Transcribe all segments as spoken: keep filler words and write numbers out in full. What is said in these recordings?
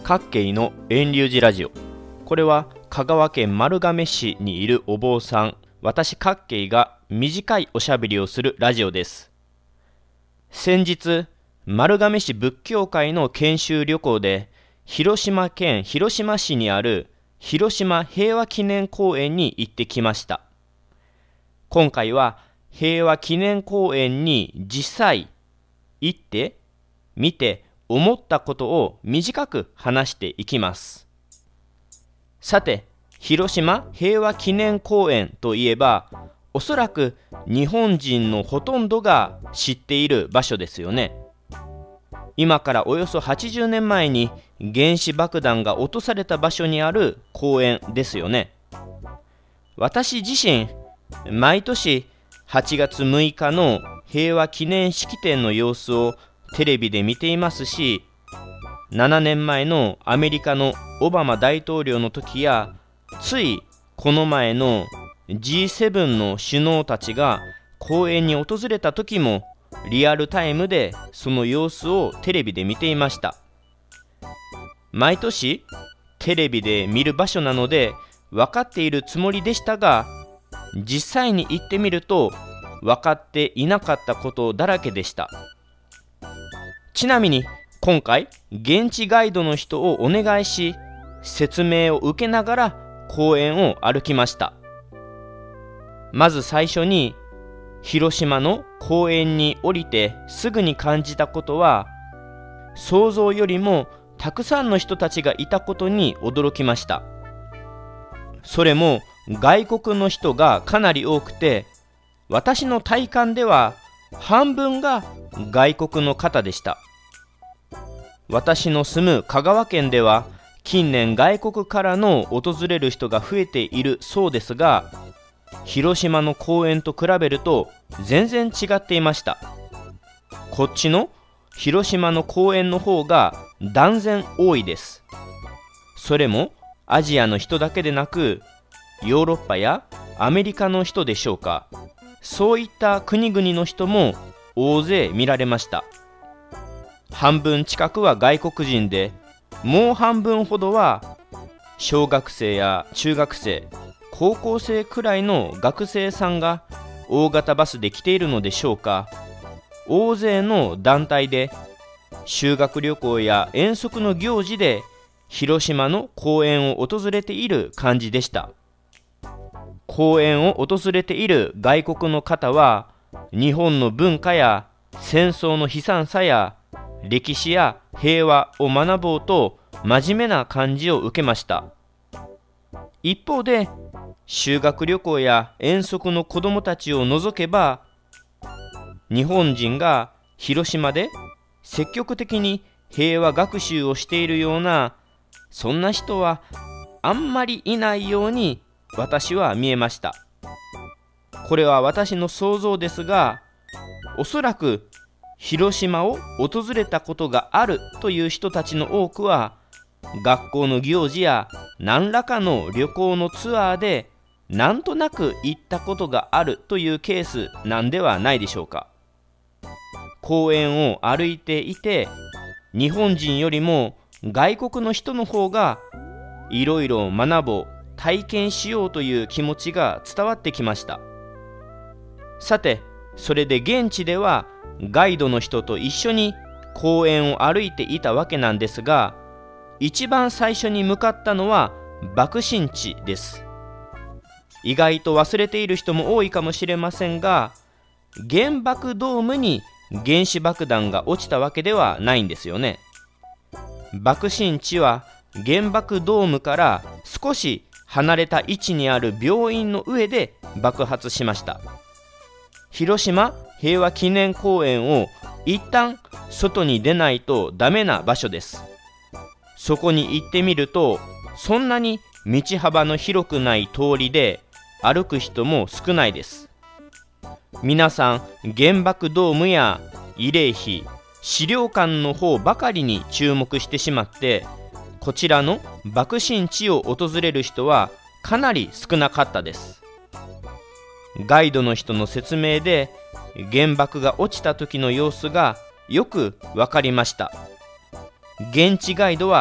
各系の遠流寺ラジオ。これは香川県丸亀市にいるお坊さん、私各系が短いおしゃべりをするラジオです。先日、丸亀市仏教会の研修旅行で、広島県広島市にある広島平和記念公園に行ってきました。今回は平和記念公園に実際行って見て思ったことを短く話していきます。さて、広島平和記念公園といえば、おそらく日本人のほとんどが知っている場所ですよね。今からおよそはちじゅうねんまえに原子爆弾が落とされた場所にある公園ですよね。私自身、毎年はちがつむいかの平和記念式典の様子をテレビで見ていますし、ななねんまえのアメリカのオバマ大統領の時や、ついこの前の ジーセブン の首脳たちが公園に訪れた時もリアルタイムでその様子をテレビで見ていました。毎年テレビで見る場所なので分かっているつもりでしたが、実際に行ってみると分かっていなかったことだらけでした。ちなみに今回現地ガイドの人をお願いし、説明を受けながら公園を歩きました。まず最初に広島の公園に降りてすぐに感じたことは、想像よりもたくさんの人たちがいたことに驚きました。それも外国の人がかなり多くて、私の体感では半分が外国の方でした。私の住む香川県では近年外国からの訪れる人が増えているそうですが、広島の公園と比べると全然違っていました。こっちの広島の公園の方が断然多いです。それもアジアの人だけでなく、ヨーロッパやアメリカの人でしょうか。そういった国々の人も大勢見られました。半分近くは外国人で、もう半分ほどは小学生や中学生、高校生くらいの学生さんが大型バスで来ているのでしょうか。大勢の団体で修学旅行や遠足の行事で広島の公園を訪れている感じでした。公園を訪れている外国の方は、日本の文化や戦争の悲惨さや歴史や平和を学ぼうと真面目な感じを受けました。一方で修学旅行や遠足の子どもたちを除けば、日本人が広島で積極的に平和学習をしているような、そんな人はあんまりいないように私は見えました。これは私の想像ですが、おそらく広島を訪れたことがあるという人たちの多くは、学校の行事や何らかの旅行のツアーでなんとなく行ったことがあるというケースなんではないでしょうか。公園を歩いていて、日本人よりも外国の人の方がいろいろ学ぼう、体験しようという気持ちが伝わってきました。さて、それで現地ではガイドの人と一緒に公園を歩いていたわけなんですが、一番最初に向かったのは爆心地です。意外と忘れている人も多いかもしれませんが、原爆ドームに原子爆弾が落ちたわけではないんですよね。爆心地は原爆ドームから少し離れた位置にある病院の上で爆発しました。広島平和記念公園を一旦外に出ないとダメな場所です。そこに行ってみると、そんなに道幅の広くない通りで歩く人も少ないです。皆さん原爆ドームや慰霊碑、資料館の方ばかりに注目してしまって、こちらの爆心地を訪れる人はかなり少なかったです。ガイドの人の説明で原爆が落ちた時の様子がよくわかりました。現地ガイドは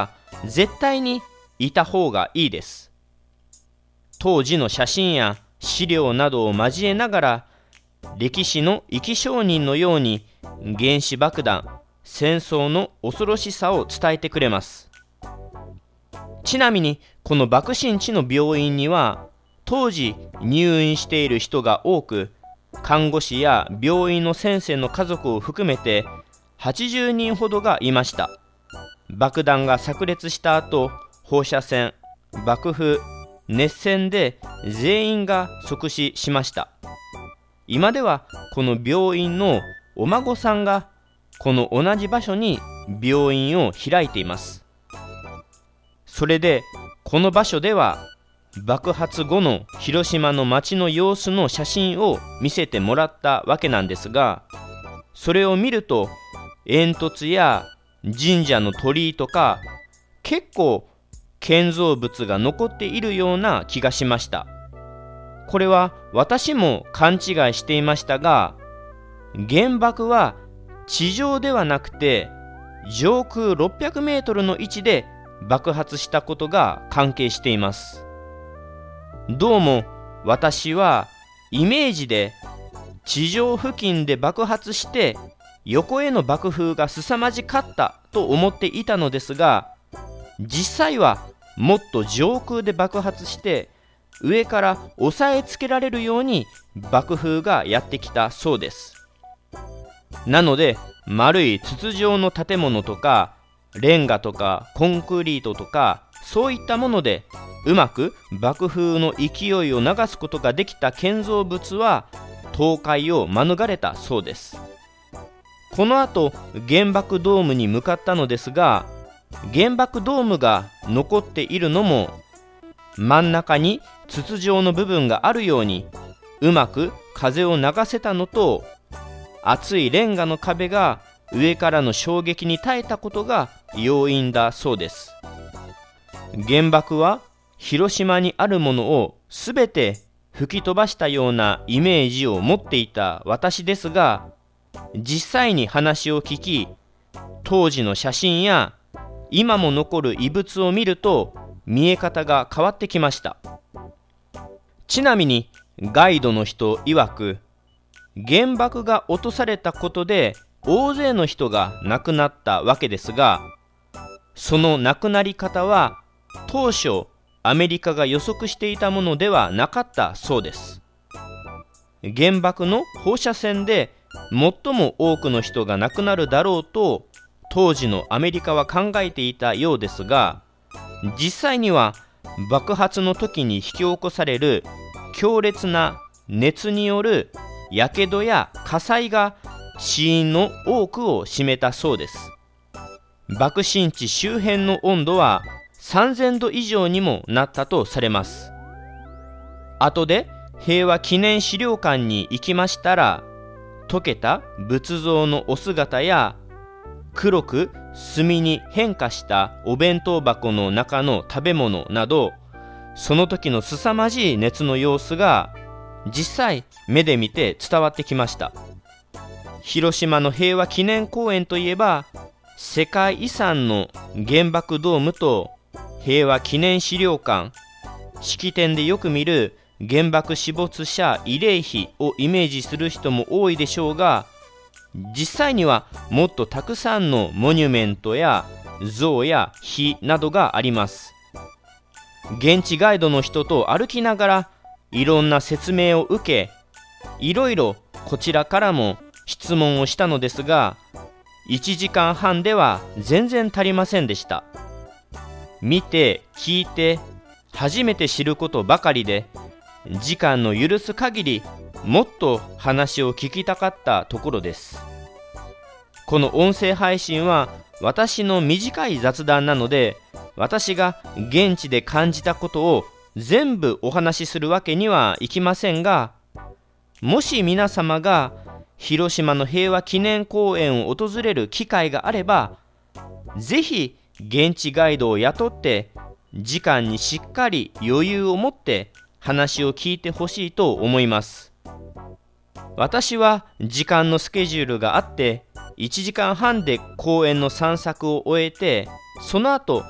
絶対にいた方がいいです。当時の写真や資料などを交えながら、歴史の生き証人のように原子爆弾、戦争の恐ろしさを伝えてくれます。ちなみにこの爆心地の病院には当時入院している人が多く、看護師や病院の先生の家族を含めてはちじゅうにんほどがいました。爆弾が炸裂した後、放射線、爆風、熱線で全員が即死しました。今ではこの病院のお孫さんがこの同じ場所に病院を開いています。それでこの場所では爆発後の広島の街の様子の写真を見せてもらったわけなんですが、それを見ると煙突や神社の鳥居とか結構建造物が残っているような気がしました。これは私も勘違いしていましたが、原爆は地上ではなくて上空ろっぴゃくメートルの位置で爆発したことが関係しています。どうも私はイメージで地上付近で爆発して横への爆風が凄まじかったと思っていたのですが、実際はもっと上空で爆発して上から押さえつけられるように爆風がやってきたそうです。なので丸い筒状の建物とかレンガとかコンクリートとかそういったものでうまく爆風の勢いを流すことができた建造物は倒壊を免れたそうです。この後原爆ドームに向かったのですが、原爆ドームが残っているのも真ん中に筒状の部分があるようにうまく風を流せたのと、厚いレンガの壁が上からの衝撃に耐えたことが要因だそうです。原爆は広島にあるものをすべて吹き飛ばしたようなイメージを持っていた私ですが、実際に話を聞き、当時の写真や今も残る遺物を見ると見え方が変わってきました。ちなみにガイドの人曰く、原爆が落とされたことで大勢の人が亡くなったわけですが、その亡くなり方は当初アメリカが予測していたものではなかったそうです。原爆の放射線で最も多くの人が亡くなるだろうと当時のアメリカは考えていたようですが、実際には爆発の時に引き起こされる強烈な熱によるやけどや火災が死因の多くを占めたそうです。爆心地周辺の温度はさんぜんど以上にもなったとされます。後で平和記念資料館に行きましたら、溶けた仏像のお姿や黒く炭に変化したお弁当箱の中の食べ物など、その時の凄まじい熱の様子が実際目で見て伝わってきました。広島の平和記念公園といえば、世界遺産の原爆ドームと平和記念資料館、式典でよく見る原爆死没者慰霊碑をイメージする人も多いでしょうが、実際にはもっとたくさんのモニュメントや像や碑などがあります。現地ガイドの人と歩きながらいろんな説明を受け、いろいろこちらからも質問をしたのですが、いちじかんはんでは全然足りませんでした。見て聞いて初めて知ることばかりで、時間の許す限りもっと話を聞きたかったところです。この音声配信は私の短い雑談なので、私が現地で感じたことを全部お話しするわけにはいきませんが、もし皆様が広島の平和記念公園を訪れる機会があれば、ぜひ現地ガイドを雇って時間にしっかり余裕を持って話を聞いてほしいと思います。私は時間のスケジュールがあっていちじかんはんで公園の散策を終えて、その後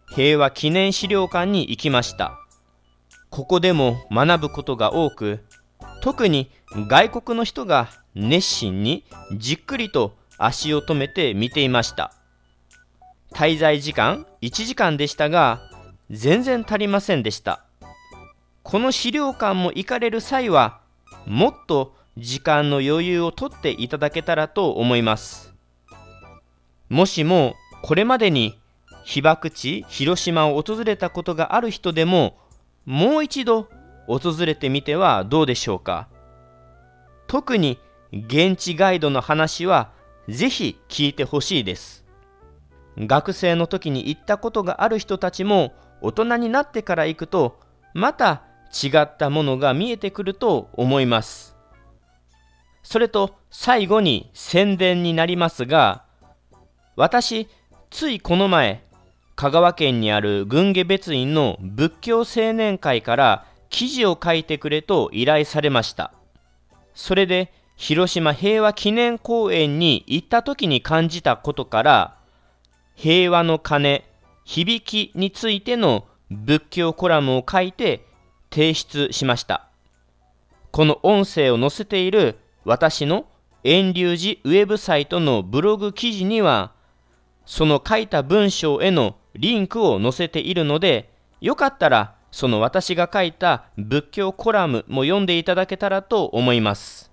平和記念資料館に行きました。ここでも学ぶことが多く、特に外国の人が熱心にじっくりと足を止めて見ていました。滞在時間いちじかんでしたが、全然足りませんでした。この資料館も行かれる際は、もっと時間の余裕をとっていただけたらと思います。もしもこれまでに被爆地広島を訪れたことがある人でも、もう一度訪れてみてはどうでしょうか。特に現地ガイドの話はぜひ聞いてほしいです。学生の時に行ったことがある人たちも大人になってから行くとまた違ったものが見えてくると思います。それと最後に宣伝になりますが、私ついこの前香川県にある郡家別院の仏教青年会から記事を書いてくれと依頼されました。それで広島平和記念公園に行った時に感じたことから、平和の鐘、響きについての仏教コラムを書いて提出しました。この音声を載せている私の遠隆寺ウェブサイトのブログ記事には、その書いた文章へのリンクを載せているので、よかったらその私が書いた仏教コラムも読んでいただけたらと思います。